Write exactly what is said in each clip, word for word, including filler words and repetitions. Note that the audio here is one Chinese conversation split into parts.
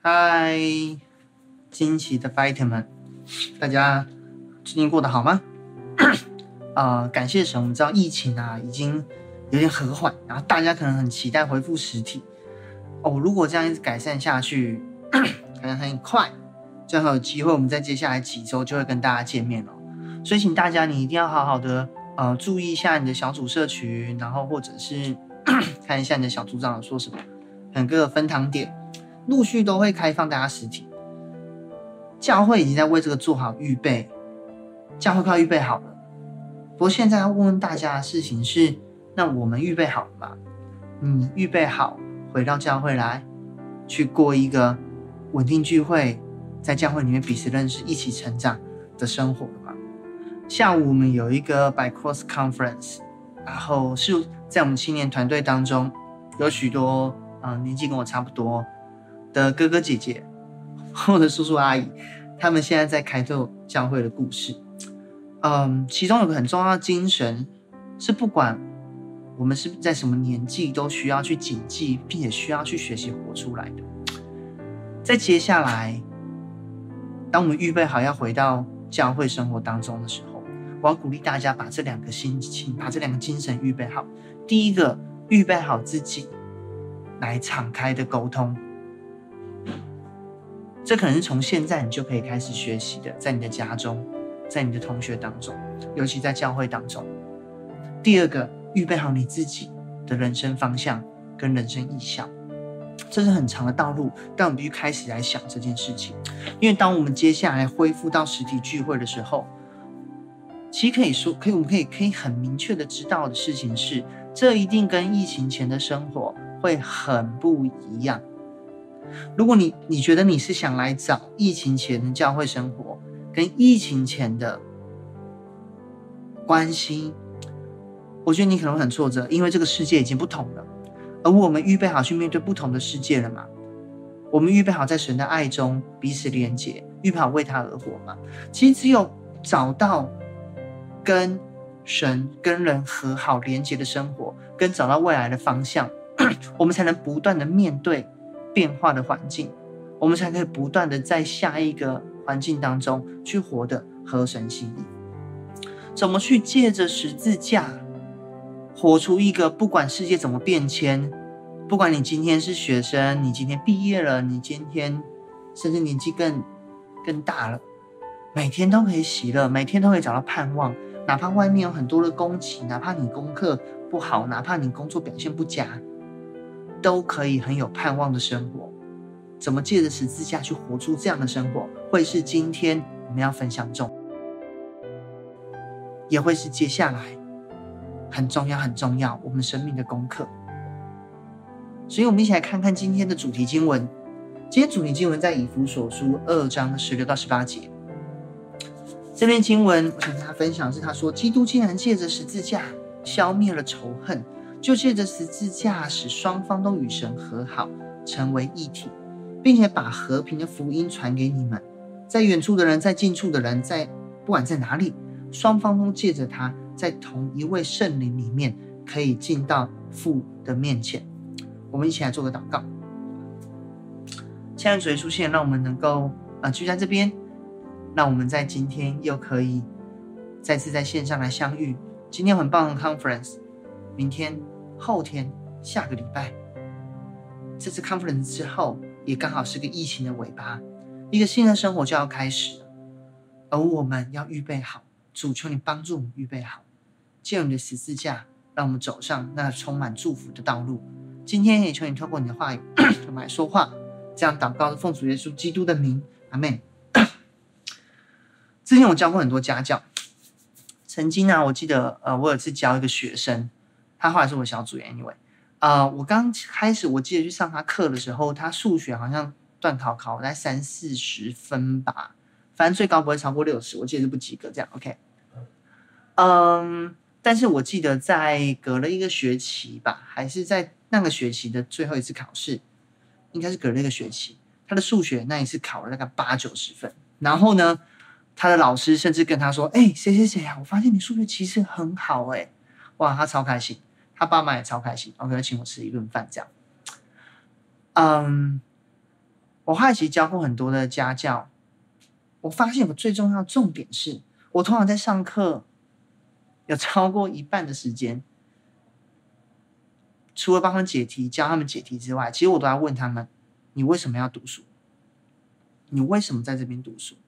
嗨，惊奇的 fighter 们，大家最近过得好吗？呃，感谢神，我们知道疫情啊已经有点和缓，然后大家可能很期待恢复实体哦。如果这样一直改善下去，可能很快就很有机会，我们在接下来几周就会跟大家见面了。所以请大家你一定要好好的呃注意一下你的小组社群，然后或者是看一下你的小组长说什么，可能各个分堂点陆续都会开放大家实体。教会已经在为这个做好预备，教会快预备好了。不过现在要问问大家的事情是，那我们预备好了吗？你预备好回到教会来，去过一个稳定聚会，在教会里面彼此认识、一起成长的生活了吗？下午我们有一个 By Cross Conference， 然后是在我们青年团队当中有许多、呃、年纪跟我差不多的哥哥姐姐或者叔叔阿姨，他们现在在开拓教会的故事。嗯，其中有个很重要的精神是，不管我们是在什么年纪，都需要去谨记，并且需要去学习活出来的。在接下来，当我们预备好要回到教会生活当中的时候，我要鼓励大家把这两个心情、把这两个精神预备好。第一个，预备好自己来敞开的沟通。这可能是从现在你就可以开始学习的，在你的家中，在你的同学当中，尤其在教会当中。第二个，预备好你自己的人生方向跟人生意向。这是很长的道路，但我们必须开始来想这件事情。因为当我们接下来恢复到实体聚会的时候，其实可以说，可以我们可以可以很明确的知道的事情是，这一定跟疫情前的生活会很不一样。如果你你觉得你是想来找疫情前的教会生活跟疫情前的关系，我觉得你可能会很挫折，因为这个世界已经不同了，而我们预备好去面对不同的世界了吗？我们预备好在神的爱中彼此连结，预备好为他而活吗？其实只有找到跟神跟人和好连结的生活，跟找到未来的方向，我们才能不断的面对变化的环境，我们才可以不断的在下一个环境当中去活得合神心意。怎么去借着十字架活出一个不管世界怎么变迁，不管你今天是学生，你今天毕业了，你今天甚至年纪更更大了，每天都可以喜乐，每天都可以找到盼望，哪怕外面有很多的攻击，哪怕你功课不好，哪怕你工作表现不佳，都可以很有盼望的生活。怎么借着十字架去活出这样的生活，会是今天我们要分享中，也会是接下来很重要很重要我们生命的功课。所以我们一起来看看今天的主题经文。今天主题经文在以弗所书二章十六到十八节。这篇经文我想跟大家分享是，他说基督竟然借着十字架消灭了仇恨，就借着十字架使双方都与神和好，成为一体，并且把和平的福音传给你们。在远处的人，在近处的人，在不管在哪里，双方都借着他，在同一位圣灵里面，可以进到父的面前。我们一起来做个祷告。亲爱的主耶稣，谢谢让我们能够呃聚在这边，让我们在今天又可以再次在线上来相遇。今天很棒的 conference， 明天、后天、下个礼拜，这次 conference 之后，也刚好是个疫情的尾巴，一个新的生活就要开始了，而我们要预备好。主，求你帮助我们预备好，借你的十字架，让我们走上那充满祝福的道路。今天也求你透过你的话语我们来说话，这样祷告奉主耶稣基督的名，阿们。之前我教过很多家教，曾经啊，我记得呃，我有一次教一个学生，他后来是我小组员 anyway， 呃，我刚开始我记得去上他课的时候，他数学好像段考考在三四十分吧，反正最高不会超过六十，我记得是不及格这样 OK。嗯，但是我记得在隔了一个学期吧，还是在那个学期的最后一次考试，应该是隔了一个学期，他的数学那一次考了大概八九十分，然后呢，他的老师甚至跟他说：“哎、欸，谁谁谁啊，我发现你数学其实很好哎、欸，哇，他超开心，他爸妈也超开心 ，OK， 请我吃一顿饭这样。”嗯， 我后来其实教过很多的家教，我发现我最重要的重点是，我通常在上课有超过一半的时间，除了帮他们解题、教他们解题之外，其实我都要问他们：你为什么要读书？你为什么在这边读书？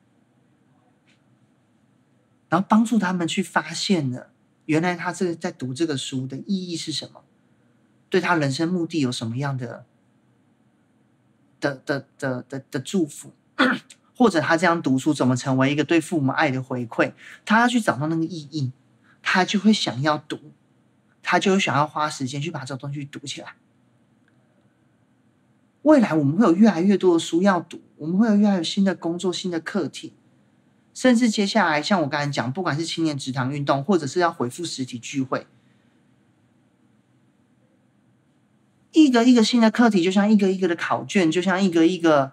然后帮助他们去发现了，原来他这个在读这个书的意义是什么，对他人生目的有什么样的的的的的的祝福，或者他这样读书怎么成为一个对父母爱的回馈？他要去找到那个意义，他就会想要读，他就会想要花时间去把这个东西读起来。未来我们会有越来越多的书要读，我们会有越来越新的工作、新的课题，甚至接下来像我刚才讲，不管是青年职堂运动，或者是要恢复实体聚会，一个一个新的课题，就像一个一个的考卷，就像一个一个。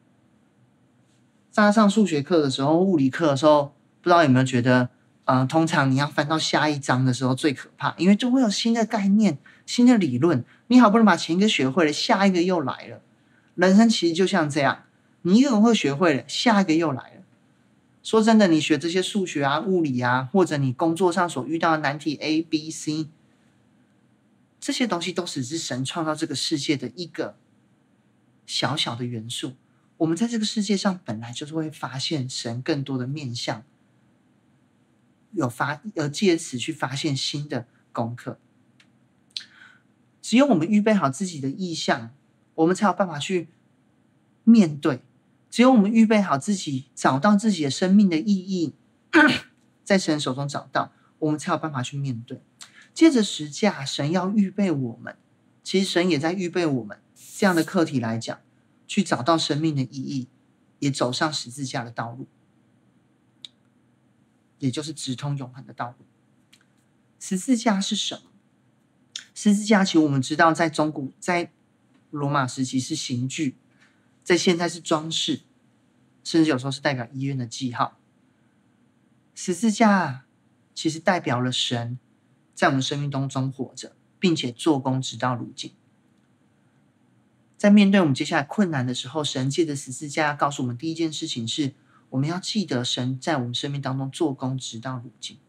大家上数学课的时候、物理课的时候，不知道有没有觉得，呃，通常你要翻到下一章的时候最可怕，因为就会有新的概念、新的理论，你好不容易把前一个学会了，下一个又来了。人生其实就像这样，你一个人会学会了，下一个又来了。说真的，你学这些数学啊、物理啊，或者你工作上所遇到的难题 A、B、C， 这些东西都只是神创造这个世界的一个小小的元素。我们在这个世界上本来就是会发现神更多的面向，有发而借此去发现新的功课。只有我们预备好自己的意向，我们才有办法去面对。只有我们预备好自己，找到自己的生命的意义，在神手中找到，我们才有办法去面对。接着十架，神要预备我们，其实神也在预备我们这样的课题来讲。去找到生命的意义，也走上十字架的道路，也就是直通永恒的道路。十字架是什么？十字架其实我们知道，在中古在罗马时期是刑具，在现在是装饰，甚至有时候是代表医院的记号。十字架其实代表了神在我们生命当中活着，并且做工直到如今。在面对我们接下来困难的时候，神借着十字架告诉我们第一件事情是，我们要记得神在我们生命当中做工直到如今。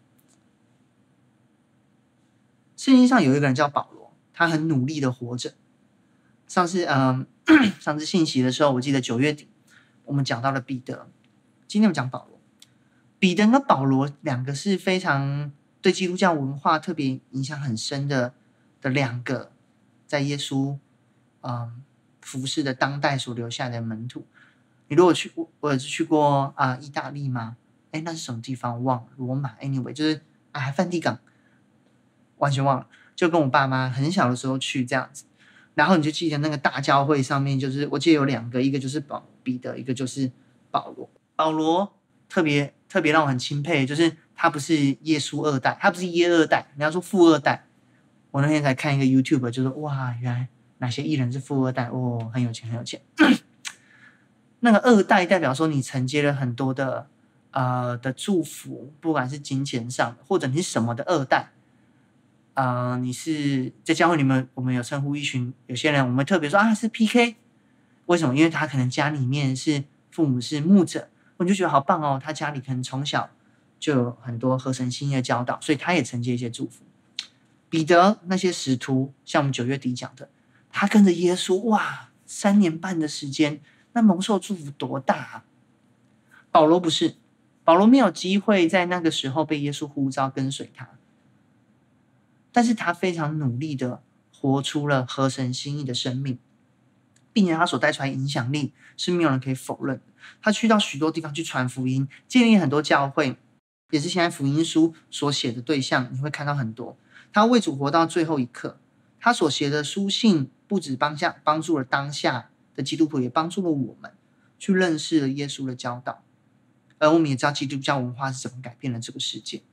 圣经上有一个人叫保罗，他很努力的活着。上次嗯，上次信息的时候，我记得九月底我们讲到了彼得，今天我们讲保罗。彼得跟保罗两个是非常对基督教文化特别影响很深的的两个，在耶稣嗯。服侍的当代所留下来的门徒。你如果去，我有去过啊、呃，意大利吗？哎，那是什么地方？忘了，罗马。Anyway， 就是啊，梵蒂冈，完全忘了。就跟我爸妈很小的时候去这样子，然后你就记得那个大教会上面，就是我记得有两个，一个就是保彼得，一个就是保罗。保罗特别特别让我很钦佩，就是他不是耶稣二代，他不是耶二代，人家说富二代。我那天才看一个 YouTube， 就说哇，原来。哪些艺人是富二代？哦，很有钱，很有钱。那个二代代表说你承接了很多的呃的祝福，不管是金钱上的，或者你是什么的二代。呃，你是在教会里面，我们有称呼一群有些人，我们特别说啊是 P K， 为什么？因为他可能家里面是父母是牧者，我就觉得好棒哦。他家里可能从小就有很多合神心意的教导，所以他也承接一些祝福。彼得那些使徒，像我们九月底讲的。他跟着耶稣，哇，三年半的时间，那蒙受祝福多大啊！保罗不是，保罗没有机会在那个时候被耶稣呼召跟随他，但是他非常努力的活出了合神心意的生命，并且他所带出来的影响力是没有人可以否认的。他去到许多地方去传福音，建立很多教会，也是现在福音书所写的对象，你会看到很多。他为主活到最后一刻。他所写的书信不止帮下帮助了当下的基督徒，也帮助了我们去认识了耶稣的教导。而我们也知道基督教文化是怎么改变了这个世界。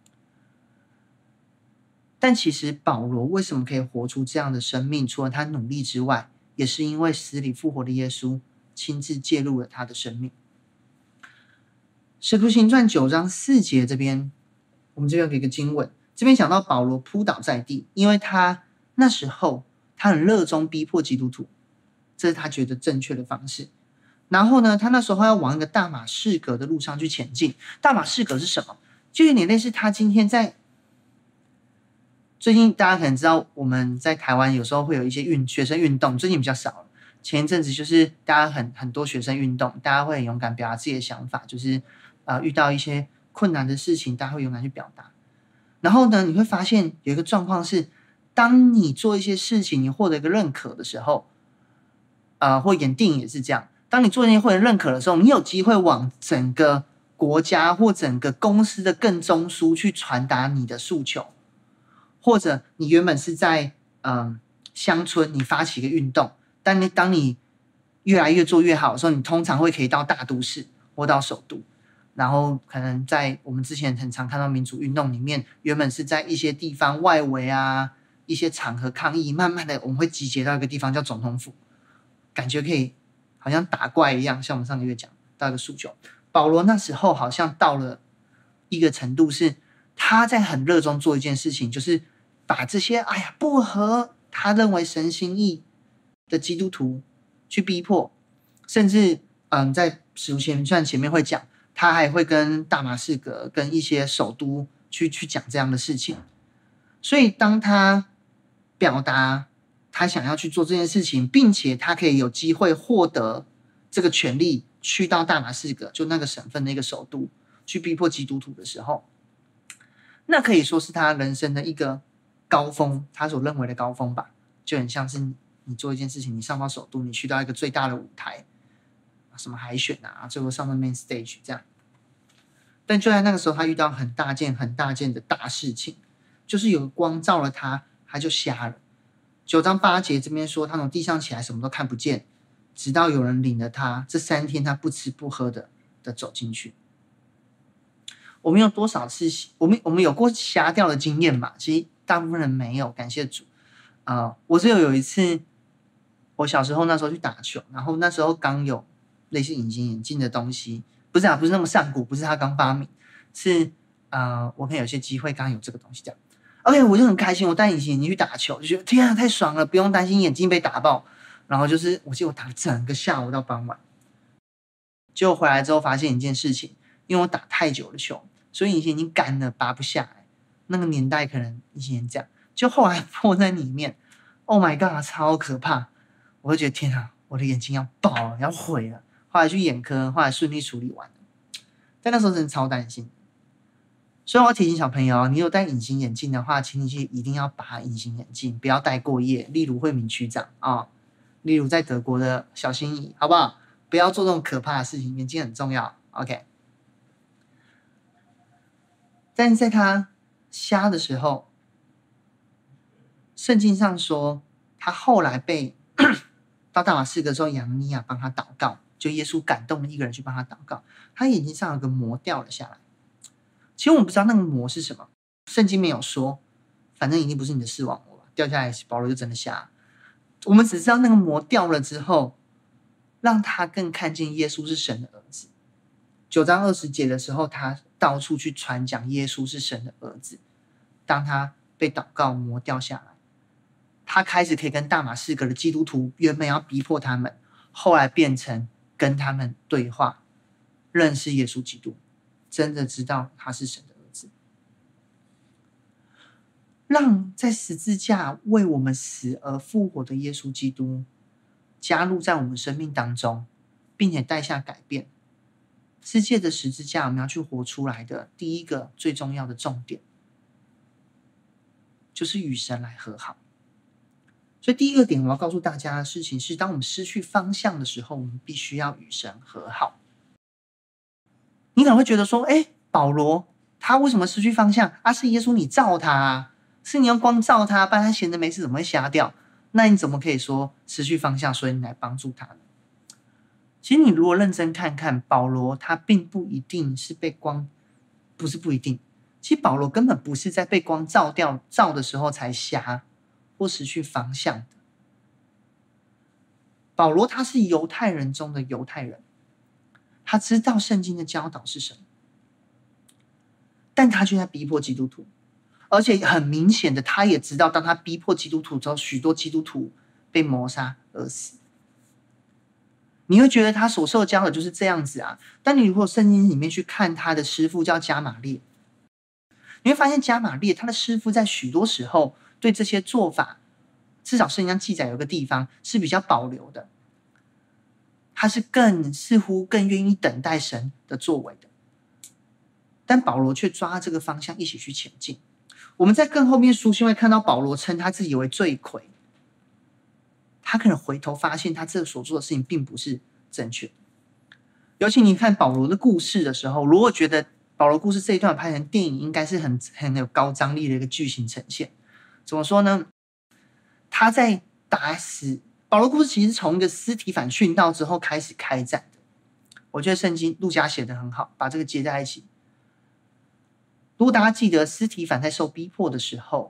但其实保罗为什么可以活出这样的生命？除了他努力之外，也是因为死里复活的耶稣亲自介入了他的生命。使徒行传九章四节这边，我们这边有一个经文，这边讲到保罗扑倒在地，因为他那时候他很热衷逼迫基督徒，这是他觉得正确的方式。 然后呢，他那时候要往一个大马士革的路上去前进。大马士革是什么？就有点类似他今天在最近大家可能知道，我们在台湾有时候会有一些运学生运动，最近比较少了。前一阵子就是大家很很多学生运动，大家会很勇敢表达自己的想法，就是呃遇到一些困难的事情，大家会勇敢去表达。然后呢，你会发现有一个状况是，当你做一些事情，你获得一个认可的时候，呃，或演电影也是这样。当你做一件获得认可的时候，你有机会往整个国家或整个公司的更中枢去传达你的诉求，或者你原本是在嗯乡村，你发起一个运动，但你当你越来越做越好的时候，你通常会可以到大都市或到首都。然后可能在我们之前很常看到民主运动里面，原本是在一些地方外围啊，一些场合抗议，慢慢的我们会集结到一个地方叫总统府，感觉可以好像打怪一样，像我们上个月讲到一个诉求。保罗那时候好像到了一个程度，是他在很热衷做一件事情，就是把这些哎呀不合他认为神心意的基督徒去逼迫，甚至嗯在使徒行传前面会讲，他还会跟大马士革跟一些首都去去讲这样的事情。所以当他表达他想要去做这件事情，并且他可以有机会获得这个权利，去到大马士革，就那个省份的一个首都，去逼迫基督徒的时候，那可以说是他人生的一个高峰，他所认为的高峰吧。就很像是你做一件事情，你上到首都，你去到一个最大的舞台，什么海选啊，最后上到 main stage 这样。但就在那个时候，他遇到很大件很大件的大事情，就是有光照了他，他就瞎了。九章八节这边说，他从地上起来什么都看不见，直到有人领了他，这三天他不吃不喝的的走进去。我们有多少次，我们我们有过瞎掉的经验吧？其实大部分人没有，感谢主。呃，我只有有一次，我小时候那时候去打球，然后那时候刚有类似隐形眼镜的东西，不是啊，不是那么上古，不是他刚发明，是呃，我可能有些机会刚有这个东西这样。OK， 我就很开心，我戴隐形眼镜去打球，就觉得天啊，太爽了，不用担心眼睛被打爆。然后就是，我记得我打了整个下午到傍晚，结果回来之后发现一件事情，因为我打太久的球，所以隐形眼镜干了，拔不下来。那个年代可能隐形眼镜这样，就后来破在里面 ，Oh my god， 超可怕！我就觉得天啊，我的眼睛要爆了，要毁了。后来去眼科，后来顺利处理完了，但那时候真的超担心。所以我要提醒小朋友，你有戴隐形眼镜的话，请你去一定要拔隐形眼镜，不要戴过夜。例如惠民区长啊、哦，例如在德国的小心翼翼，好不好？不要做这种可怕的事情，眼睛很重要。OK。但是在他瞎的时候，圣经上说，他后来被到大马士革的时候，亚拿尼亚帮他祷告，就耶稣感动了一个人去帮他祷告，他眼睛上有个膜掉了下来。其实我们不知道那个膜是什么，圣经没有说，反正一定不是你的视网膜吧，掉下来保罗就真的瞎。我们只知道那个膜掉了之后，让他更看见耶稣是神的儿子。九章二十节的时候，他到处去传讲耶稣是神的儿子。当他被祷告膜掉下来，他开始可以跟大马士革的基督徒原本要逼迫他们，后来变成跟他们对话，认识耶稣基督，真的知道他是神的儿子，让在十字架为我们死而复活的耶稣基督加入在我们生命当中，并且带下改变。世界的十字架我们要去活出来的第一个最重要的重点，就是与神来和好。所以第一个点我要告诉大家的事情是，当我们失去方向的时候，我们必须要与神和好。你可能会觉得说，哎，保罗他为什么失去方向啊？是耶稣你照他啊，是你用光照他，不然他闲着没事怎么会瞎掉？那你怎么可以说失去方向，所以你来帮助他呢？其实你如果认真看看，保罗他并不一定是被光，不是不一定，其实保罗根本不是在被光照掉照的时候才瞎或失去方向的。保罗他是犹太人中的犹太人，他知道圣经的教导是什么，但他却在逼迫基督徒，而且很明显的他也知道，当他逼迫基督徒之后，许多基督徒被谋杀而死。 你会觉得他所受教的就是这样子啊。但你如果圣经里面去看他的师傅叫加玛列，你会发现加玛列他的师傅在许多时候对这些做法，至少圣经上记载有个地方是比较保留的，他是更似乎更愿意等待神的作为的。但保罗却抓这个方向一起去前进。我们在更后面书信会看到保罗称他自己为罪魁，他可能回头发现他这所做的事情并不是正确的。尤其你看保罗的故事的时候，如果觉得保罗故事这一段拍成电影应该是很很有高张力的一个剧情呈现。怎么说呢？他在打死保罗故事其实从一个司提反殉道之后开始开展的。我觉得圣经路加写得很好，把这个接在一起。如果大家记得司提反在受逼迫的时候，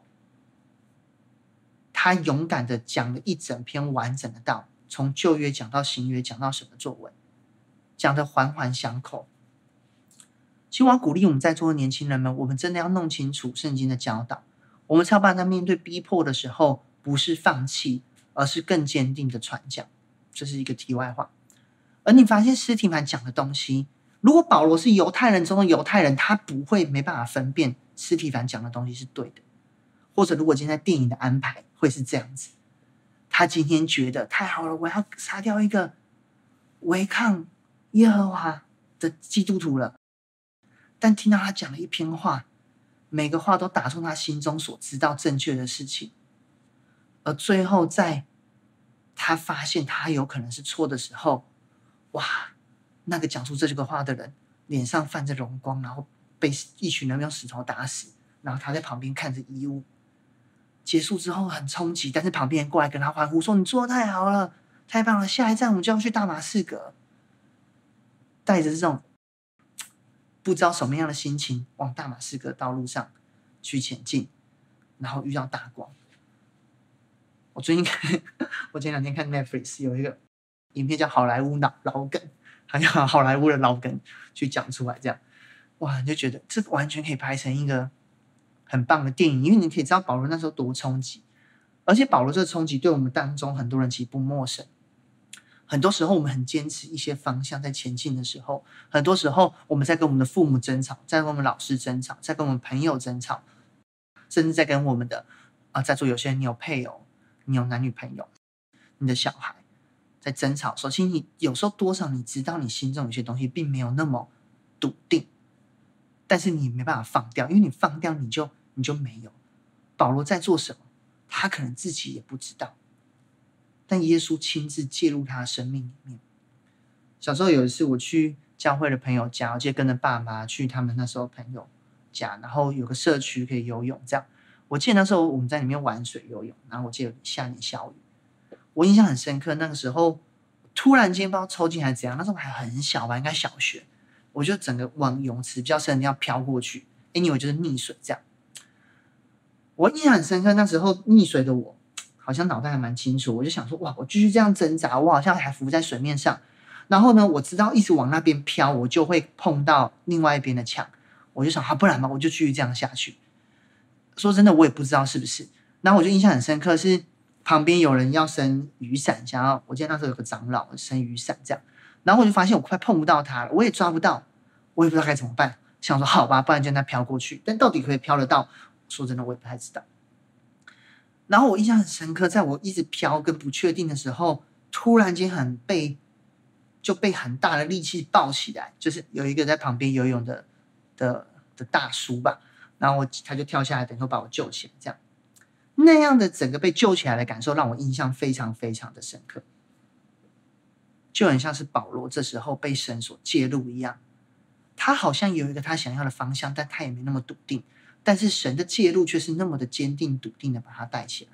他勇敢的讲了一整篇完整的道，从旧约讲到新约，讲到神的作为，讲的环环相扣。其实我要鼓励我们在座的年轻人们，我们真的要弄清楚圣经的教导，我们才有办法在面对逼迫的时候不是放弃，而是更坚定的传讲。这是一个题外话。而你发现司提反讲的东西，如果保罗是犹太人中的犹太人，他不会没办法分辨司提反讲的东西是对的。或者如果今天在电影的安排会是这样子，他今天觉得太好了，我要杀掉一个违抗耶和华的基督徒了，但听到他讲了一篇话，每个话都打中他心中所知道正确的事情，而最后在他发现他有可能是错的时候，哇，那个讲出这句话的人脸上泛着荣光，然后被一群人用石头打死，然后他在旁边看着遗物。结束之后很冲击，但是旁边人过来跟他欢呼说：“你做得太好了，太棒了！下一站我们就要去大马士革。”带着这种不知道什么样的心情往大马士革道路上去前进，然后遇到大光。我最近看，我前两天看 Netflix 有一个影片叫《好莱坞老老梗》，还有好莱坞的老梗去讲出来，这样哇，你就觉得这完全可以拍成一个很棒的电影，因为你可以知道保罗那时候多冲击，而且保罗这个冲击对我们当中很多人其实不陌生。很多时候我们很坚持一些方向在前进的时候，很多时候我们在跟我们的父母争吵，在跟我们老师争吵，在跟我们朋友争吵，甚至在跟我们的啊、呃，在座有些人你有配偶，你有男女朋友，你的小孩在争吵的时候，其实你有时候多少你知道你心中有些东西并没有那么笃定，但是你没办法放掉，因为你放掉你就你就没有。保罗在做什么，他可能自己也不知道，但耶稣亲自介入他的生命里面。小时候有一次我去教会的朋友家，我记得跟着爸妈去他们那时候朋友家，然后有个社区可以游泳，这样我记得那时候我们在里面玩水游泳，然后我记得下点小雨，我印象很深刻。那个时候突然间不知道抽筋还是怎样，那时候还很小吧，应该小学，我就整个往泳池比较深的地方飘过去， anyway 就是溺水这样。我印象很深刻，那时候溺水的我好像脑袋还蛮清楚，我就想说哇，我继续这样挣扎，我好像还浮在水面上，然后呢我知道一直往那边飘我就会碰到另外一边的墙，我就想啊，不然吧我就继续这样下去。说真的我也不知道是不是，然后我就印象很深刻是旁边有人要伸雨伞，想要，我记得那时候有个长老伸雨伞这样，然后我就发现我快碰不到他了，我也抓不到，我也不知道该怎么办，想说好吧，不然就那飘过去，但到底可不可以飘得到，说真的我也不太知道。然后我印象很深刻，在我一直飘跟不确定的时候，突然间很被就被很大的力气抱起来，就是有一个在旁边游泳的的的大叔吧，然后我他就跳下来，等于说把我救起来，这样那样的整个被救起来的感受让我印象非常非常的深刻，就很像是保罗这时候被神所介入一样，他好像有一个他想要的方向，但他也没那么笃定，但是神的介入却是那么的坚定笃定的把他带起来。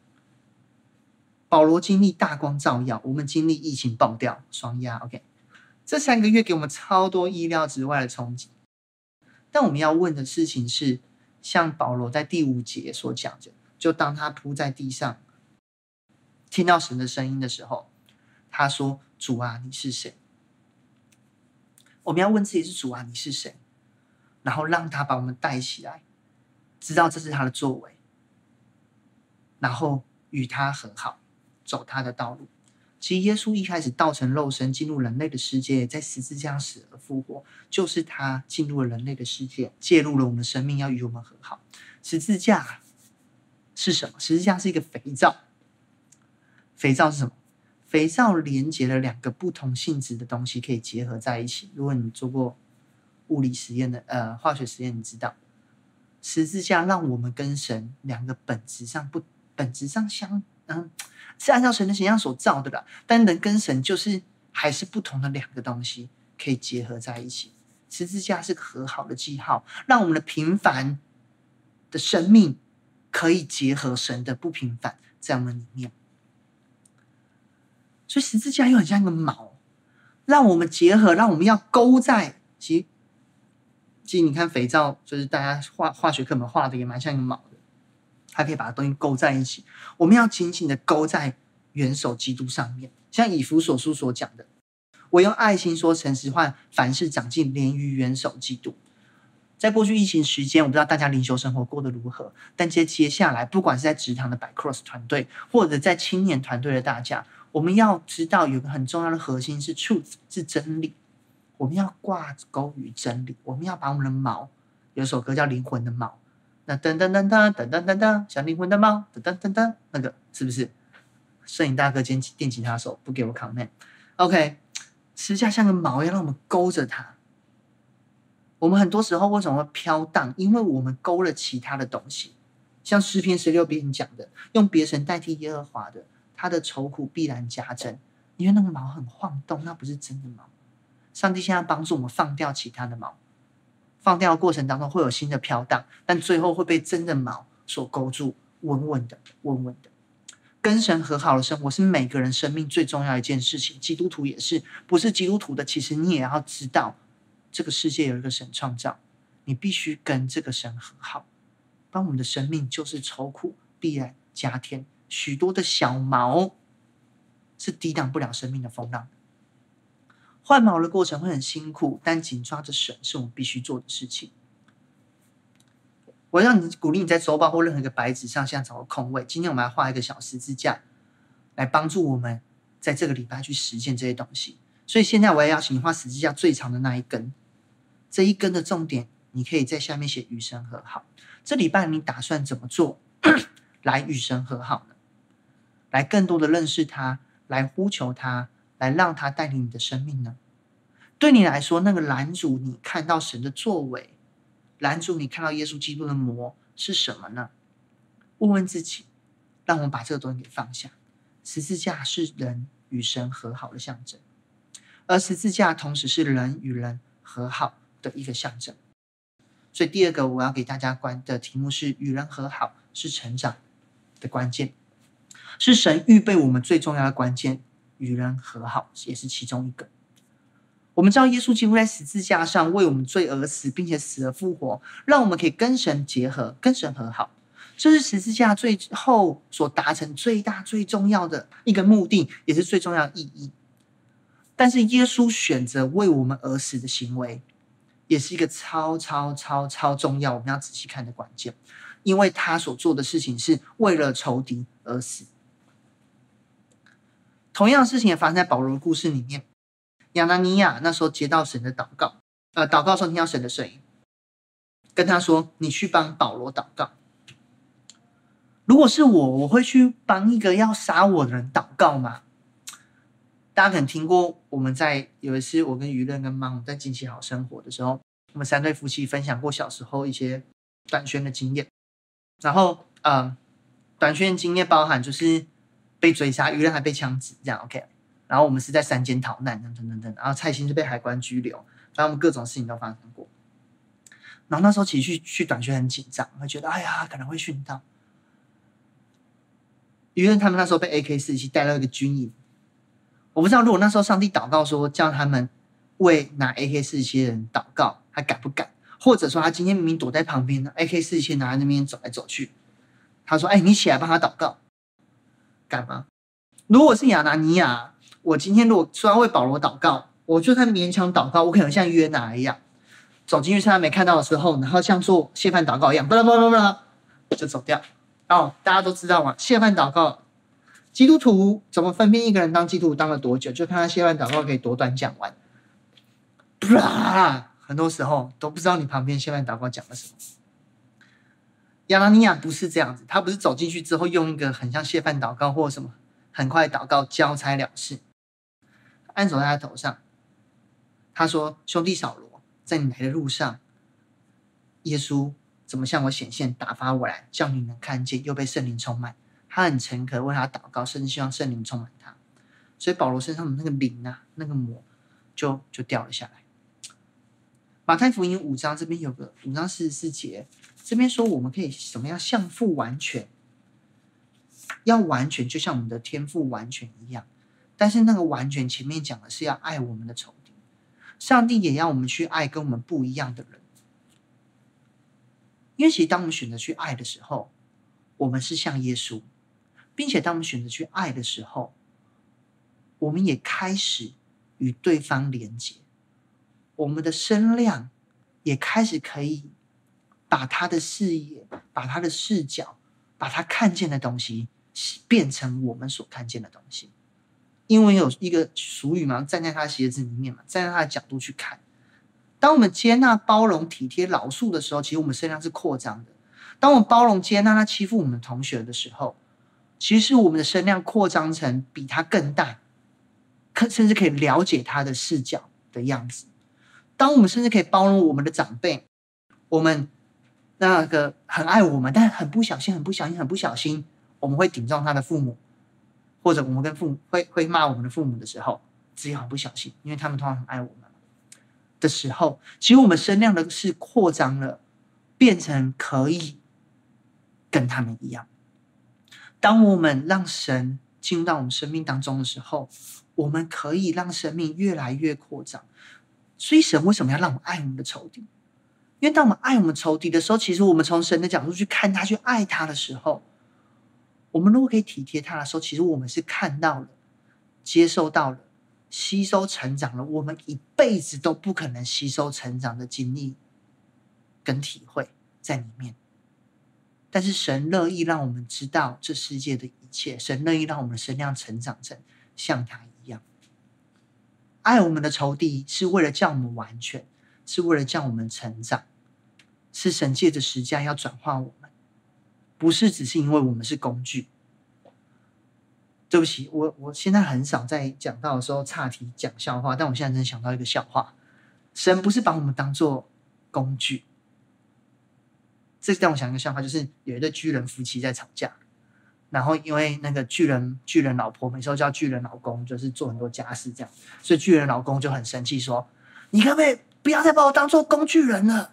保罗经历大光照耀，我们经历疫情爆掉，双压 OK， 这三个月给我们超多意料之外的冲击。但我们要问的事情是，像保罗在第五节所讲的，就当他扑在地上听到神的声音的时候，他说主啊你是谁？我们要问自己是主啊你是谁，然后让他把我们带起来，知道这是他的作为，然后与他和好，走他的道路。 其实耶稣一开始道成肉身进入人类的世界，在十字架死而复活，就是他进入了人类的世界，介入了我们的生命，要与我们和好。十字架是什么？十字架是一个肥皂。肥皂是什么？肥皂连接了两个不同性质的东西，可以结合在一起。如果你做过物理实验的呃化学实验，你知道十字架让我们跟神两个本质上不本质上相嗯是按照神的形象所造的啦，但人跟神就是还是不同的两个东西可以结合在一起。十字架是个和好的记号，让我们的平凡的生命可以结合神的不平凡在我们里面。所以十字架又很像一个锚，让我们结合，让我们要勾在其实其实你看肥皂，就是大家化化学课本画的也蛮像一个锚的，它可以把东西勾在一起。我们要紧紧的勾在元首基督上面，像以弗所书所讲的，我用爱心说诚实话，凡事长进，连于元首基督。在过去疫情时间，我不知道大家灵修生活过得如何，但接接下来，不管是在职场的百 cross 团队，或者在青年团队的大家，我们要知道有个很重要的核心是 truth， 是真理。我们要挂钩于真理，我们要把我们的锚，有首歌叫《灵魂的锚》，那噔噔噔噔噔噔噔噔，像灵魂的锚，噔噔噔噔，那个是不是？摄影大哥兼电吉他手不给我 comment。OK， 十字架像个锚，要让我们勾着它。我们很多时候为什么会飘荡？因为我们勾了其他的东西，像诗篇十六篇讲的，用别神代替耶和华的，他的愁苦必然加增。因为那个锚很晃动，那不是真的锚。上帝现在帮助我们放掉其他的锚，放掉的过程当中会有新的飘荡，但最后会被真的锚所勾住，稳稳的，稳稳的。跟神和好的生活是每个人生命最重要的一件事情，基督徒也是。不是基督徒的，其实你也要知道，这个世界有一个神创造，你必须跟这个神和好，不然我们的生命就是愁苦必然加添，许多的小锚是抵挡不了生命的风浪的。换锚的过程会很辛苦，但紧抓着神是我们必须做的事情。我让你鼓励你在周报或任何一个白纸上，现在找个空位。今天我们来画一个小十字架，来帮助我们在这个礼拜去实现这些东西。所以现在我也邀请你画十字架最长的那一根，这一根的重点，你可以在下面写与神和好。这礼拜你打算怎么做来与神和好呢？来更多的认识他，来呼求他，来让他带领你的生命呢？对你来说，那个拦阻你看到神的作为，拦阻你看到耶稣基督的魔是什么呢？问问自己，让我们把这个东西给放下。十字架是人与神和好的象征，而十字架同时是人与人和好的一个象征。所以第二个我要给大家关的题目是，与人和好是成长的关键，是神预备我们最重要的关键，与人和好也是其中一个。我们知道耶稣基督在十字架上为我们罪而死，并且死而复活，让我们可以跟神结合，跟神和好。这是十字架最后所达成最大最重要的一个目的，也是最重要的意义。但是耶稣选择为我们而死的行为，也是一个超超超超重要，我们要仔细看的关键。因为他所做的事情是为了仇敌而死。同样的事情也发生在保罗的故事里面。亚拿尼亚那时候接到神的祷告，呃，祷告的时候听到神的声音，跟他说：“你去帮保罗祷告。”如果是我，我会去帮一个要杀我的人祷告吗？大家可能听过，我们在有一次，我跟于任跟妈，我们在惊奇好生活的时候，我们三对夫妻分享过小时候一些短宣的经验。然后，呃，短宣经验包含就是被追杀，于任还被枪指，这样 OK。然后我们是在山间逃难，等等等等。然后蔡心是被海关拘留，然后我们各种事情都发生过。然后那时候其实去去短宣很紧张，会觉得哎呀可能会殉道。于任他们那时候被 A K 四十七 带到一个军营，我不知道如果那时候上帝祷告说叫他们为拿 A K 四十七 的人祷告，他敢不敢？或者说他今天明明躲在旁边呢 ，A K 四十七 拿在那边走来走去，他说：“哎，你起来帮他祷告，敢吗？”如果是亚拿尼亚，我今天如果说要为保罗祷告，我就算勉强祷告，我可能像约拿一样走进去，趁他没看到的时候，然后像做谢饭祷告一样，巴拉巴拉巴拉就走掉。哦，大家都知道嘛，谢饭祷告基督徒怎么分辨一个人当基督徒当了多久？就看他谢饭祷告可以多短讲完。很多时候都不知道你旁边谢饭祷告讲了什么。亚拿尼亚不是这样子，他不是走进去之后用一个很像谢饭祷告或什么很快祷告交差了事，按手在他头上，他说：“兄弟扫罗，在你来的路上，耶稣怎么向我显现，打发我来，叫你能看见，又被圣灵充满。”他很诚恳为他祷告，甚至希望圣灵充满他。所以保罗身上的那个灵啊，那个魔就就掉了下来。马太福音五章这边有个五章四十四节，这边说我们可以怎么样像父完全，要完全就像我们的天父完全一样。但是那个完全前面讲的是要爱我们的仇敌，上帝也要我们去爱跟我们不一样的人。因为其实当我们选择去爱的时候，我们是像耶稣，并且当我们选择去爱的时候，我们也开始与对方连结，我们的声量也开始可以把他的视野，把他的视角，把他看见的东西变成我们所看见的东西。因为有一个俗语嘛，站在他的鞋子里面嘛，站在他的角度去看。当我们接纳、包容、体贴、饶恕的时候，其实我们声量是扩张的。当我们包容、接纳他欺负我们同学的时候，其实我们的声量扩张成比他更大，甚至可以了解他的视角的样子。当我们甚至可以包容我们的长辈，我们那个很爱我们，但很不小心、很不小心、很不小心，我们会顶撞他的父母，或者我们跟父母会会骂我们的父母的时候，只有很不小心，因为他们通常很爱我们的时候，其实我们声量的是扩张了，变成可以跟他们一样。当我们让神进入到我们生命当中的时候，我们可以让生命越来越扩张。所以神为什么要让我们爱我们的仇敌？因为当我们爱我们仇敌的时候，其实我们从神的角度去看他，去爱他的时候，我们如果可以体贴他的时候，其实我们是看到了、接受到了、吸收成长了我们一辈子都不可能吸收成长的经历跟体会在里面。但是神乐意让我们知道这世界的一切，神乐意让我们的身量成长成像他一样。爱我们的仇敌是为了叫我们完全，是为了叫我们成长，是神借着十架要转化我们，不是只是因为我们是工具。对不起，我我现在很少在讲到的时候岔题讲笑话，但我现在真的想到一个笑话。神不是把我们当作工具。这让我想一个笑话，就是有一对巨人夫妻在吵架，然后因为那个巨人巨人老婆每次都叫巨人老公，就是做很多家事这样，所以巨人老公就很生气说：“你可不可以不要再把我当作工具人了？”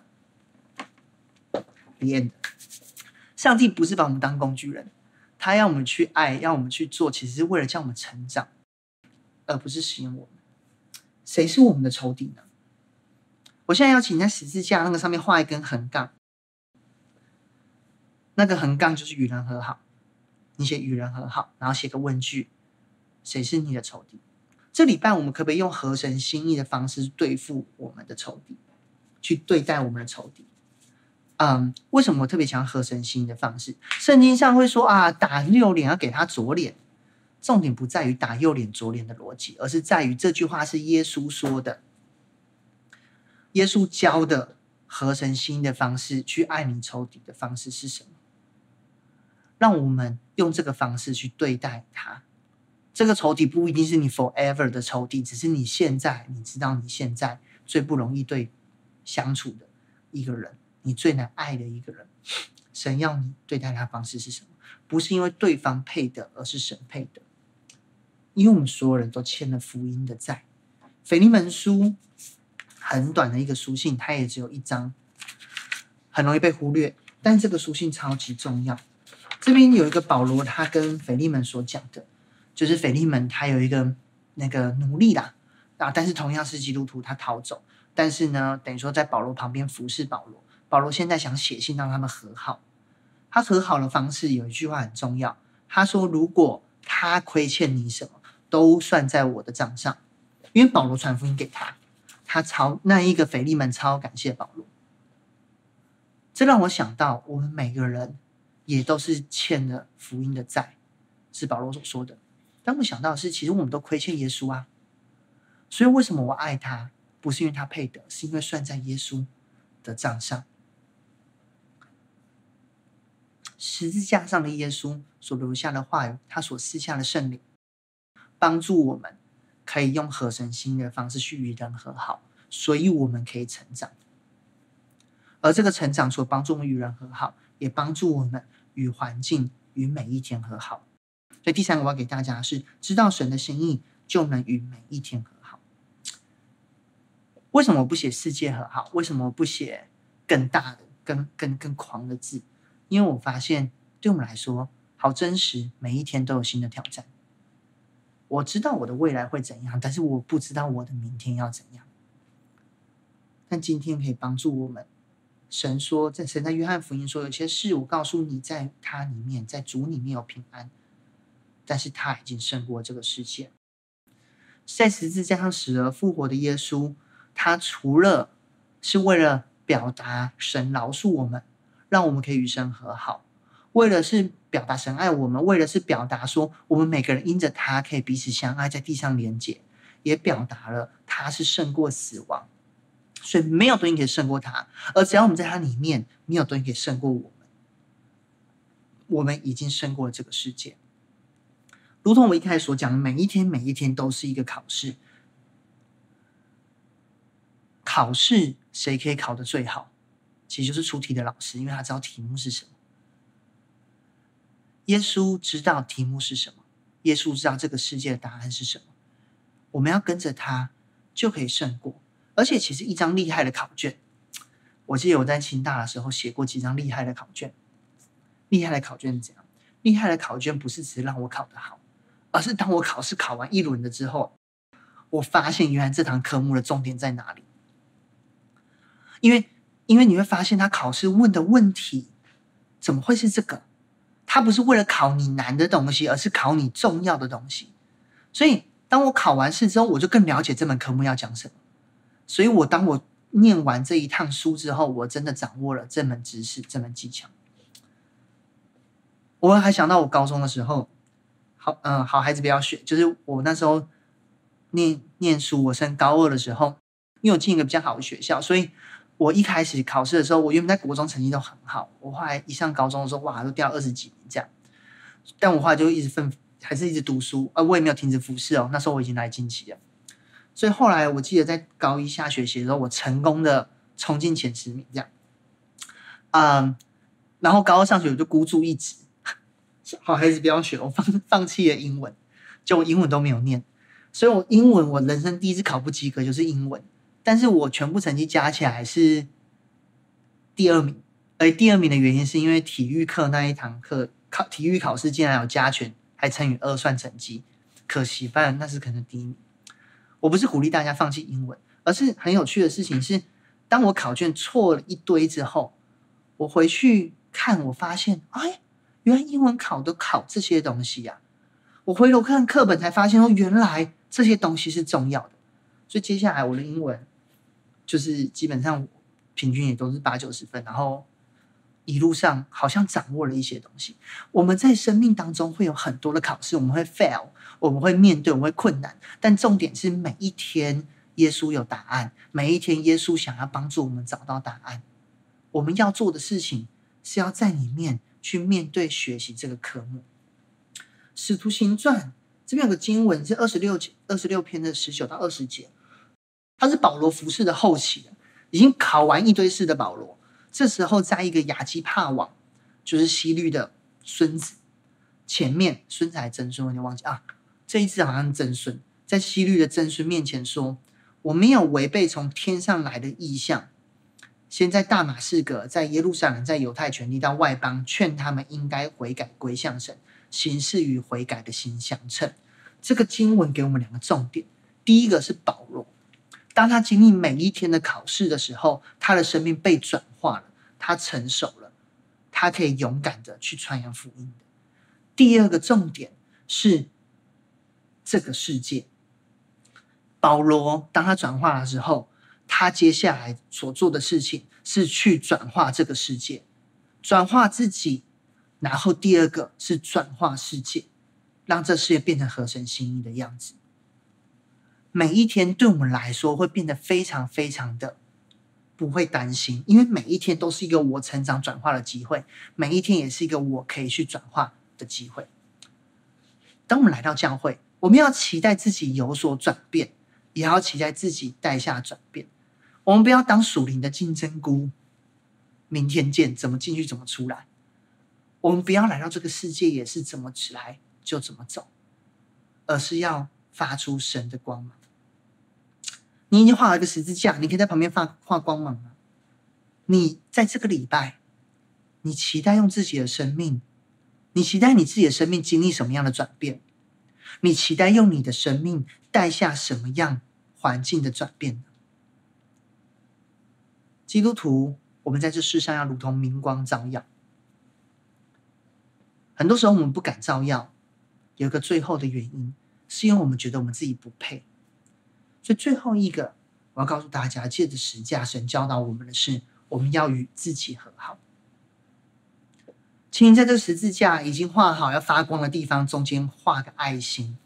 The end。上帝不是把我们当工具人，他要我们去爱，要我们去做，其实是为了叫我们成长，而不是使用我们。谁是我们的仇敌呢？我现在要请你在十字架那个上面画一根横杠，那个横杠就是与人和好。你写与人和好，然后写个问句：谁是你的仇敌？这礼拜我们可不可以用合神心意的方式对付我们的仇敌，去对待我们的仇敌？嗯，为什么我特别强调合神心意的方式？圣经上会说啊，打右脸要给他左脸，重点不在于打右脸左脸的逻辑，而是在于这句话是耶稣说的，耶稣教的合神心意的方式去爱你仇敌的方式是什么？让我们用这个方式去对待他。这个仇敌不一定是你 forever 的仇敌，只是你现在你知道你现在最不容易对相处的一个人，你最难爱的一个人。神要你对待他的方式是什么？不是因为对方配的，而是神配的。因为我们所有人都欠了福音的债。腓利门书很短的一个书信，它也只有一章，很容易被忽略，但这个书信超级重要。这边有一个保罗，他跟腓利门所讲的，就是腓利门他有一个那个奴隶啦，啊，但是同样是基督徒，他逃走，但是呢，等于说在保罗旁边服侍保罗。保罗现在想写信让他们和好，他和好的方式有一句话很重要，他说：如果他亏欠你什么，都算在我的账上。因为保罗传福音给他，他超那一个腓利门超感谢保罗。这让我想到，我们每个人也都是欠了福音的债， 是保罗所说的。但我想到的是，其实我们都亏欠耶稣啊，所以为什么我爱他，不是因为他配得，是因为算在耶稣的账上。十字架上的耶稣所留下的话语，他所赐下的圣灵，帮助我们可以用合神心意的方式去与人和好，所以我们可以成长。而这个成长所帮助我们与人和好，也帮助我们与环境与每一天和好。所以第三个我要给大家的是，知道神的心意，就能与每一天和好。为什么我不写世界和好？为什么我不写更大的、更更更狂的字？因为我发现对我们来说好真实，每一天都有新的挑战。我知道我的未来会怎样，但是我不知道我的明天要怎样。但今天可以帮助我们。神说，在神在约翰福音说，有些事我告诉你，在他里面，在主里面有平安，但是他已经胜过这个世界。在十字架上死而复活的耶稣，他除了是为了表达神饶恕我们，让我们可以与神和好，为了是表达神爱我们，为了是表达说我们每个人因着他可以彼此相爱，在地上连结，也表达了他是胜过死亡，所以没有东西可以胜过他，而只要我们在他里面，没有东西可以胜过我们，我们已经胜过了这个世界。如同我一开始所讲的，每一天每一天都是一个考试。考试谁可以考得最好？其实就是出题的老师，因为他知道题目是什么。耶稣知道题目是什么，耶稣知道这个世界的答案是什么。我们要跟着他，就可以胜过。而且其实一张厉害的考卷，我记得我在清大的时候写过几张厉害的考卷。厉害的考卷是怎样？厉害的考卷不是只是让我考得好，而是当我考试考完一轮了之后，我发现原来这堂科目的重点在哪里。因为因为你会发现他考试问的问题怎么会是这个？他不是为了考你难的东西，而是考你重要的东西。所以当我考完试之后，我就更了解这门科目要讲什么。所以我当我念完这一趟书之后，我真的掌握了这门知识，这门技巧。我还想到我高中的时候，好，嗯、呃，好孩子不要学，就是我那时候念念书，我升高二的时候，因为我进一个比较好的学校，所以我一开始考试的时候，我原本在国中成绩都很好，我后来一上高中的时候，哇，都掉二十几名这样。但我后来就一直奋，还是一直读书，而我也没有停止复试哦。那时候我已经来经期了，所以后来我记得在高一下学期的时候，我成功的冲进前十名这样。嗯，然后高二上学我就孤注一掷，好孩子不要学，我放放弃了英文，就我英文都没有念，所以我英文我人生第一次考不及格就是英文。但是我全部成绩加起来是第二名，而第二名的原因是因为体育课那一堂课考体育考试竟然有加权，还乘以二算成绩，可惜不然那是可能第一名。我不是鼓励大家放弃英文，而是很有趣的事情是，当我考卷错了一堆之后，我回去看，我发现，哎，原来英文考都考这些东西呀、啊！我回头看课本才发现，哦，原来这些东西是重要的。所以接下来我的英文就是基本上平均也都是八九十分，然后一路上好像掌握了一些东西。我们在生命当中会有很多的考试，我们会 fail， 我们会面对，我们会困难，但重点是每一天耶稣有答案，每一天耶稣想要帮助我们找到答案。我们要做的事情是要在里面去面对学习这个科目。使徒行传这边有个经文是二十六二十六篇的十九到二十节，他是保罗服侍的后期的，已经考完一堆试的保罗，这时候在一个亚基帕王，就是希律的孙子前面，孙子还曾孙，我就忘记啊，这一次好像曾孙，在希律的曾孙面前说，我没有违背从天上来的意象，先在大马士革，在耶路撒冷，在犹太全地到外邦，劝他们应该悔改归向神，行事与悔改的心相称。这个经文给我们两个重点，第一个是保罗，当他经历每一天的考试的时候，他的生命被转化了，他成熟了，他可以勇敢的去传扬福音的。第二个重点是这个世界，保罗当他转化的时候，他接下来所做的事情是去转化这个世界，转化自己，然后第二个是转化世界。 让这世界变成合神心意的样子。每一天对我们来说会变得非常非常的不会担心，因为每一天都是一个我成长转化的机会，每一天也是一个我可以去转化的机会。当我们来到教会，我们要期待自己有所转变，也要期待自己带下转变。我们不要当属灵的金针菇，明天见，怎么进去怎么出来。我们不要来到这个世界也是怎么来就怎么走，而是要发出神的光芒。你已经画了一个十字架，你可以在旁边画画光芒吗？你在这个礼拜，你期待用自己的生命，你期待你自己的生命经历什么样的转变？你期待用你的生命带下什么样环境的转变呢？基督徒，我们在这世上要如同明光照耀。很多时候我们不敢照耀，有一个最后的原因，是因为我们觉得我们自己不配。所以最后一个，我要告诉大家，借着十架，神教导我们的是，我们要与自己和好。请你在这十字架已经画好要发光的地方，中间画个爱心。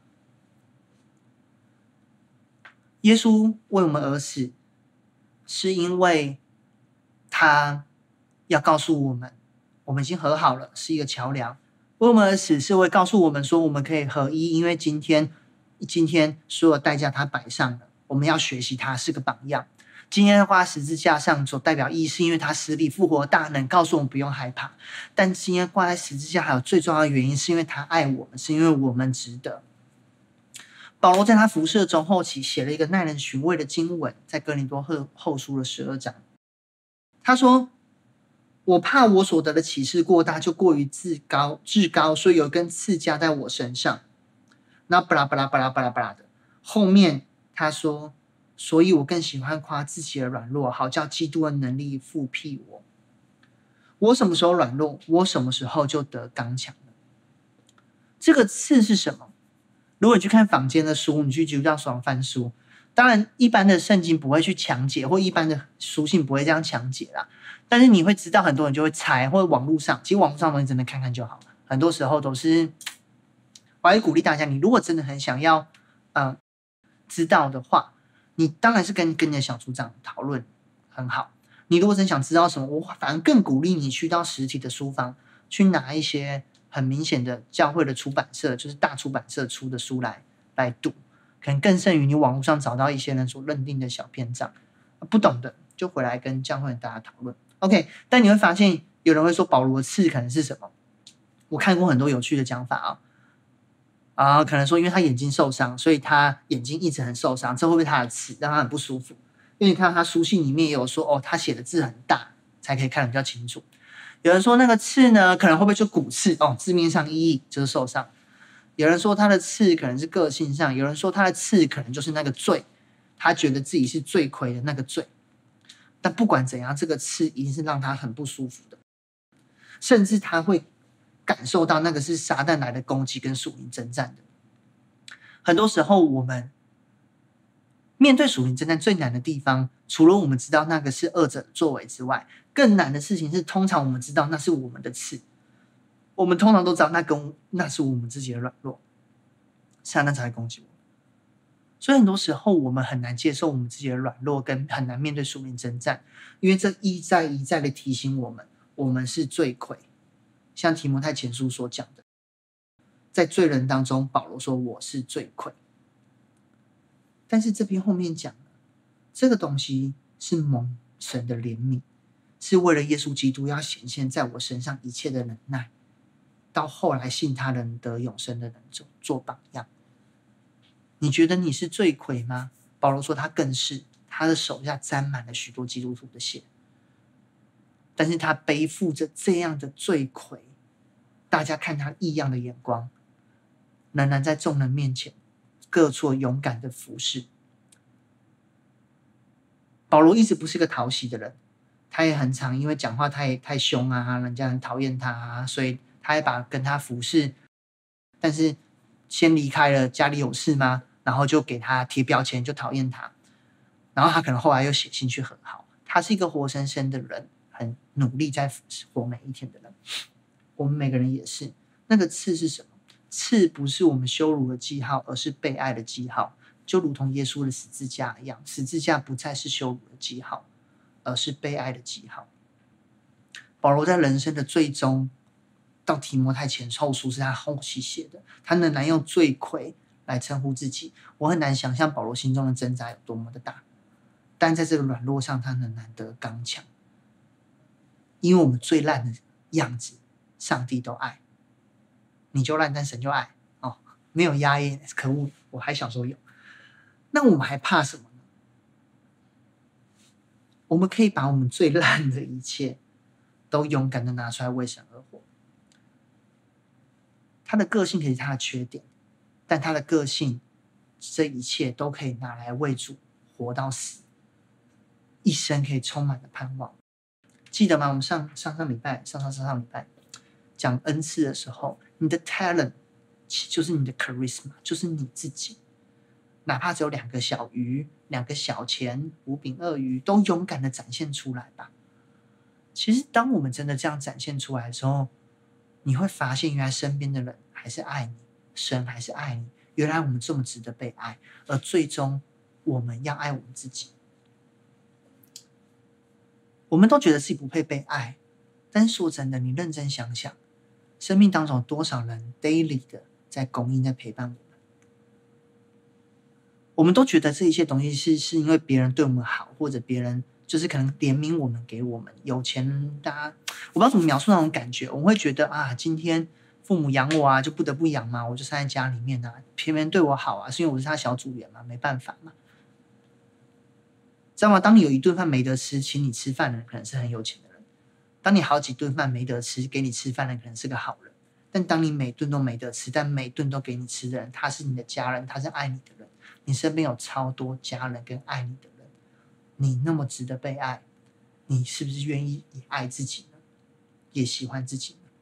耶稣为我们而死，是因为他要告诉我们，我们已经和好了，是一个桥梁。为我们而死，是会告诉我们说，我们可以合一，因为今天今天所有代价他摆上了，我们要学习他，是个榜样。今天画十字架上所代表意义，是因为他死里复活大能，告诉我们不用害怕。但今天挂在十字架还有最重要的原因，是因为他爱我们，是因为我们值得。保罗在他服事的中后期写了一个耐人寻味的经文，在哥林多后书的十二章，他说：我怕我所得的启示过大，就过于自高至高，所以有一根刺加在我身上。那巴拉巴拉巴拉巴拉巴拉的，后面他说，所以我更喜欢夸自己的软弱，好叫基督的能力复辟我。我什么时候软弱，我什么时候就得刚强了。这个刺是什么？如果你去看坊间的书，你去基督教爽翻书，当然一般的圣经不会去强解，或一般的书信不会这样强解啦。但是你会知道，很多人就会猜，或者网络上，其实网络上的东西真的看看就好，很多时候都是。我还是鼓励大家，你如果真的很想要呃知道的话，你当然是跟跟你的小组长讨论，很好。你如果真想知道什么，我反而更鼓励你去到实体的书房，去拿一些很明显的教会的出版社，就是大出版社出的书来来读，可能更胜于你网络上找到一些人所认定的小篇章。不懂的就回来跟教会大家讨论。OK， 但你会发现有人会说保罗的刺可能是什么？我看过很多有趣的讲法啊。啊、呃，可能说因为他眼睛受伤，所以他眼睛一直很受伤，这会不会他的刺让他很不舒服？因为你看到他书信里面也有说，哦，他写的字很大，才可以看得比较清楚。有人说那个刺呢，可能会不会就骨刺？哦，字面上意义就是受伤。有人说他的刺可能是个性上，有人说他的刺可能就是那个罪，他觉得自己是罪魁的那个罪。但不管怎样，这个刺一定是让他很不舒服的，甚至他会感受到那个是撒旦来的攻击跟属灵征战的。很多时候我们面对属灵征战最难的地方，除了我们知道那个是恶者的作为之外，更难的事情是通常我们知道那是我们的刺，我们通常都知道那跟那是我们自己的软弱，撒旦才会攻击我们。所以很多时候我们很难接受我们自己的软弱，跟很难面对属灵征战，因为这一再一再的提醒我们，我们是罪魁。像提摩太前书所讲的，在罪人当中，保罗说我是罪魁。但是这篇后面讲了，这个东西是蒙神的怜悯，是为了耶稣基督要显现在我身上一切的忍耐，到后来信他的人得永生的人做榜样。你觉得你是罪魁吗？保罗说他更是，他的手下沾满了许多基督徒的血，但是他背负着这样的罪魁，大家看他异样的眼光，仍然在众人面前各做勇敢的服事。保罗一直不是个讨喜的人，他也很常因为讲话太太凶啊，人家很讨厌他啊，所以他也把跟他服事，但是先离开了，家里有事吗？然后就给他贴标签，就讨厌他，然后他可能后来又写信去和好。他是一个活生生的人，很努力在活每一天的人。我们每个人也是。那个刺是什么？ 刺不是我们羞辱的记号，而是被爱的记号，就如同耶稣的十字架一样，十字架不再是羞辱的记号，而是被爱的记号。保罗在人生的最终到提摩太前后书是他后期写的，他仍然用罪魁来称呼自己。我很难想象保罗心中的挣扎有多么的大，但在这个软弱上他仍然得刚强，因为我们最烂的样子上帝都爱，你就烂但神就爱哦，没有压抑，可恶，我还小时候有。那我们还怕什么呢？我们可以把我们最烂的一切都勇敢的拿出来为神而活。他的个性可以是他的缺点，但他的个性这一切都可以拿来为主活到死，一生可以充满了盼望。记得吗？我们上上上礼拜上上上上礼拜讲恩赐的时候，你的 talent 就是你的 charisma， 就是你自己，哪怕只有两个小鱼、两个小钱、五饼二鱼，都勇敢的展现出来吧。其实当我们真的这样展现出来的时候，你会发现原来身边的人还是爱你，神还是爱你，原来我们这么值得被爱，而最终我们要爱我们自己。我们都觉得自己不配被爱，但是说真的，你认真想想，生命当中有多少人 daily 的在供应、在陪伴我们？我们都觉得这一切东西是是因为别人对我们好，或者别人就是可能怜悯我们，给我们有钱。大家我不知道怎么描述那种感觉，我们会觉得啊，今天父母养我啊，就不得不养嘛，我就塞在家里面啊，别人对我好啊，是因为我是他小组员嘛，没办法嘛。知道吗？当你有一顿饭没得吃，请你吃饭的人可能是很有钱的人；当你好几顿饭没得吃，给你吃饭的人可能是个好人。但当你每顿都没得吃，但每顿都给你吃的人，他是你的家人，他是爱你的人。你身边有超多家人跟爱你的人，你那么值得被爱，你是不是愿意也爱自己呢？也喜欢自己呢？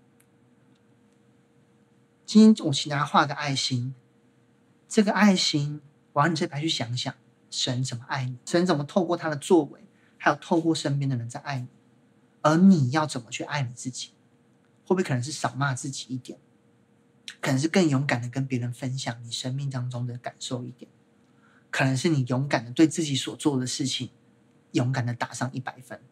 今天我请大家画个爱心，这个爱心，我要你这排去想想。神怎么爱你？神怎么透过他的作为，还有透过身边的人在爱你？而你要怎么去爱你自己？会不会可能是少骂自己一点？可能是更勇敢的跟别人分享你生命当中的感受一点？可能是你勇敢的对自己所做的事情，勇敢的打上一百分。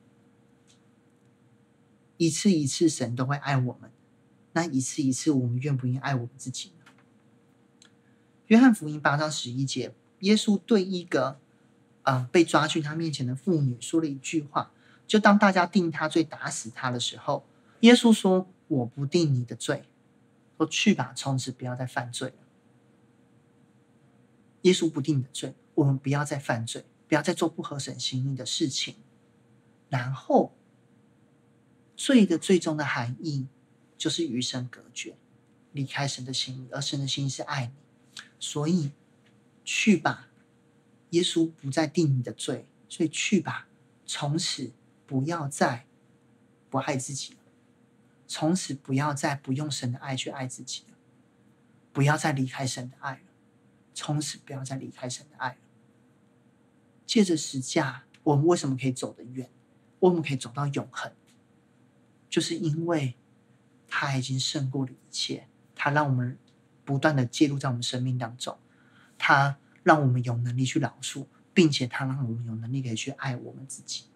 一次一次神都会爱我们，那一次一次我们愿不愿意爱我们自己呢？约翰福音八章十一节，耶稣对一个、呃、被抓去他面前的妇女说了一句话，就当大家定他罪打死他的时候，耶稣说，我不定你的罪，说去吧，从此不要再犯罪了。耶稣不定你的罪，我们不要再犯罪，不要再做不合神心意的事情。然后罪的最终的含义就是与神隔绝，离开神的心意，而神的心意是爱你。所以去吧，耶稣不再定你的罪，所以去吧，从此不要再不爱自己了，从此不要再不用神的爱去爱自己了，不要再离开神的爱了，从此不要再离开神的爱了。借着十架，我们为什么可以走得远？我们可以走到永恒，就是因为他已经胜过了一切，他让我们不断的介入在我们生命当中，他让我们有能力去饶恕，并且他让我们有能力可以去爱我们自己。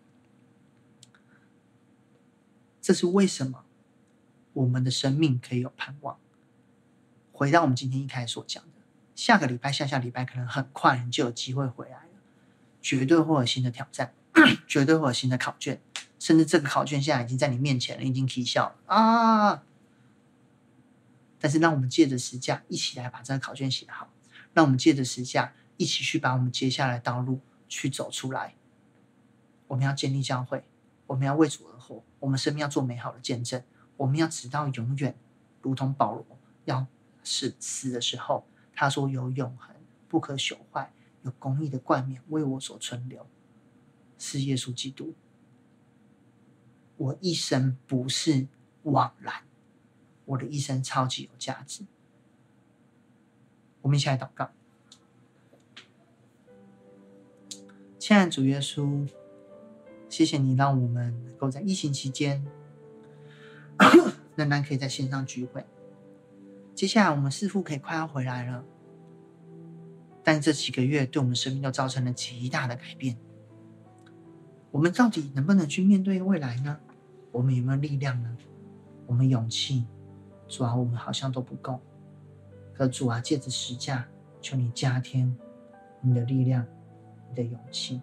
这是为什么我们的生命可以有盼望。回到我们今天一开始所讲的，下个礼拜下下礼拜可能很快你就有机会回来了，绝对会有新的挑战，绝对会有新的考卷，甚至这个考卷现在已经在你面前了，已经起效了啊！但是让我们借着十架一起来把这个考卷写好，让我们借着十架一起去把我们接下来的道路去走出来。我们要建立教会，我们要为主而活，我们生命要做美好的见证，我们要直到永远，如同保罗要死死的时候，他说有永恒不可朽坏，有公义的冠冕为我所存留，是耶稣基督。我一生不是枉然，我的一生超级有价值。我们一起来祷告。亲爱的主耶稣，谢谢你让我们能够在疫情期间仍然可以在线上聚会， 接下来我们似乎可以快要回来了，但这几个月对我们生命都造成了极大的改变。我们到底能不能去面对未来呢？我们有没有力量呢？我们勇气，主啊，我们好像都不够。可主啊，借着十架，求你加添你的力量，你的勇气。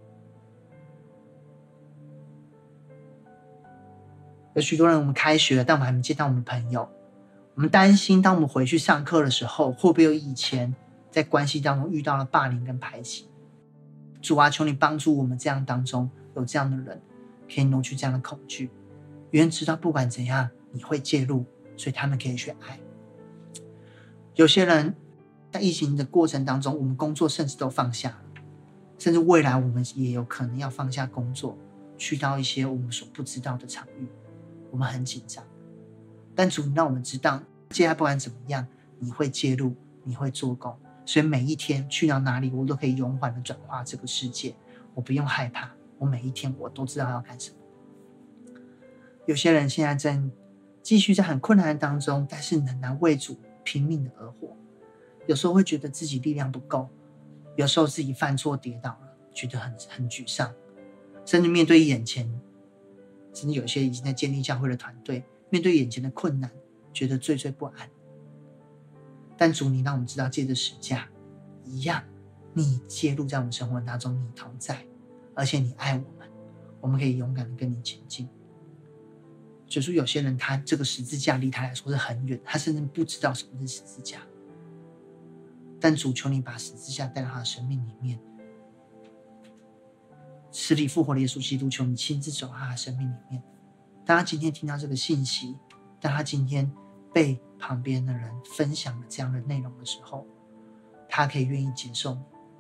有许多人，我们开学了，但我们还没见到我们的朋友。我们担心，当我们回去上课的时候，会不会有以前在关系当中遇到了霸凌跟排挤？主啊，求你帮助我们这样当中有这样的人，可以挪去这样的恐惧。原知道不管怎样，你会介入，所以他们可以去爱。有些人在疫情的过程当中，我们工作甚至都放下了，甚至未来我们也有可能要放下工作，去到一些我们所不知道的场域，我们很紧张。但主，你让我们知道，接下来不管怎么样，你会介入，你会做工。所以每一天去到哪里，我都可以勇敢的转化这个世界，我不用害怕，我每一天我都知道要干什么。有些人现在正继续在很困难的当中，但是仍然为主拼命的而活。有时候会觉得自己力量不够，有时候自己犯错跌倒了，觉得很很沮丧，甚至面对眼前，甚至有些已经在建立教会的团队，面对眼前的困难，觉得惴惴不安。但主，你让我们知道，借着十架一样，你介入在我们生活当中，你同在，而且你爱我们，我们可以勇敢的跟你前进。所以说，有些人他这个十字架离他来说是很远，他甚至不知道什么是十字架。但主，求你把十字架带到他的生命里面，死里复活的耶稣基督，求你亲自走到他的生命里面。当他今天听到这个信息，当他今天被旁边的人分享了这样的内容的时候，他可以愿意接受，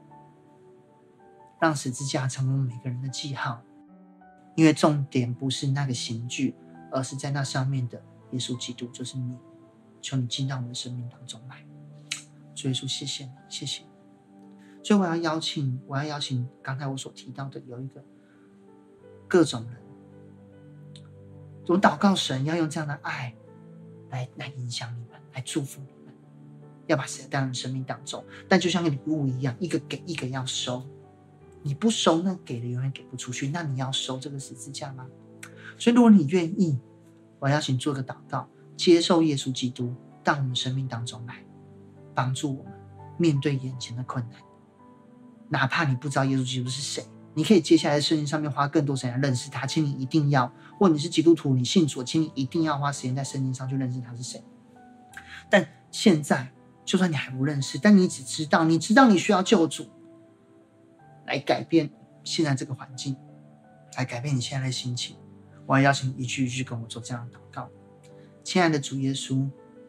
让十字架成为每个人的记号。因为重点不是那个刑具，而是在那上面的耶稣基督，就是你。求你进到我们的生命当中来。主耶稣，谢谢你，谢谢你。所以我要邀请，我要邀请刚才我所提到的有一个各种人，我祷告神要用这样的爱来来影响你们，来祝福你们，要把谁带到你的生命当中。但就像个礼物一样，一个给，一个要收。你不收，那给的永远给不出去。那你要收这个十字架吗？所以如果你愿意，我要请做个祷告，接受耶稣基督到我们生命当中来，帮助我们面对眼前的困难。哪怕你不知道耶稣基督是谁，你可以接下来在圣经上面花更多时间认识他，请你一定要，或你是基督徒，你信主，请你一定要花时间在圣经上去认识他是谁。但现在就算你还不认识，但你只知道你知道你需要救主来改变现在这个环境，来改变你现在的心情。我要邀请你一句一句跟我做这样的祷告。亲爱的主耶稣，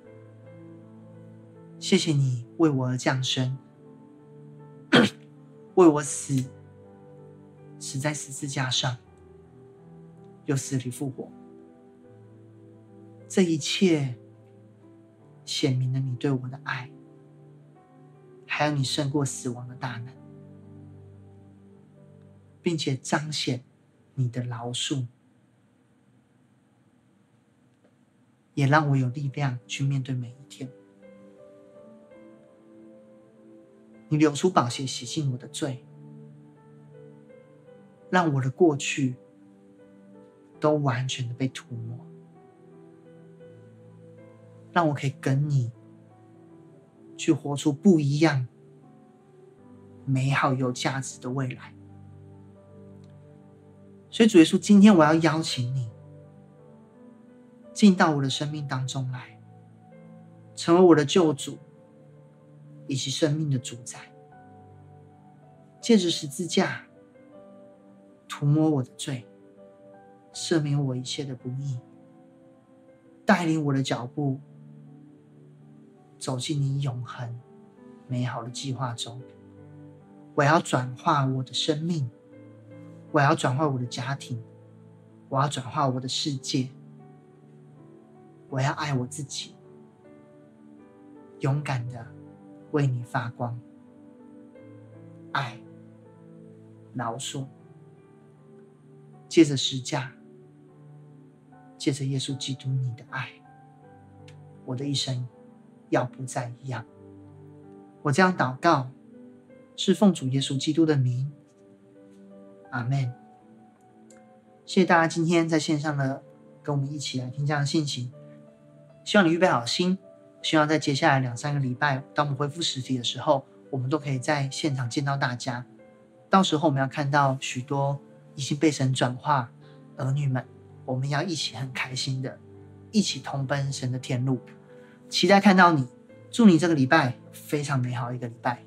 谢谢你为我而降生，为我死，死在十字架上，又死里复活。这一切显明了你对我的爱，还有你胜过死亡的大能，并且彰显你的饶恕，也让我有力量去面对每一天。你流出宝血洗净我的罪，让我的过去都完全的被涂抹，让我可以跟你去活出不一样、美好有价值的未来。所以主耶稣，今天我要邀请你进到我的生命当中来，成为我的救主以及生命的主宰。借着十字架涂抹我的罪，赦免我一切的不义，带领我的脚步走进你永恒美好的计划中。我要转化我的生命，我要转化我的家庭，我要转化我的世界，我要爱我自己，勇敢的为你发光。爱，饶恕，借着十架，借着耶稣基督你的爱，我的一生要不再一样。我这样祷告，是奉主耶稣基督的名，阿们。谢谢大家今天在线上的跟我们一起来听这样的信息，希望你预备好心，希望在接下来两三个礼拜，当我们恢复实体的时候，我们都可以在现场见到大家。到时候我们要看到许多已经被神转化儿女们，我们要一起很开心的一起同奔神的天路，期待看到你。祝你这个礼拜非常美好一个礼拜。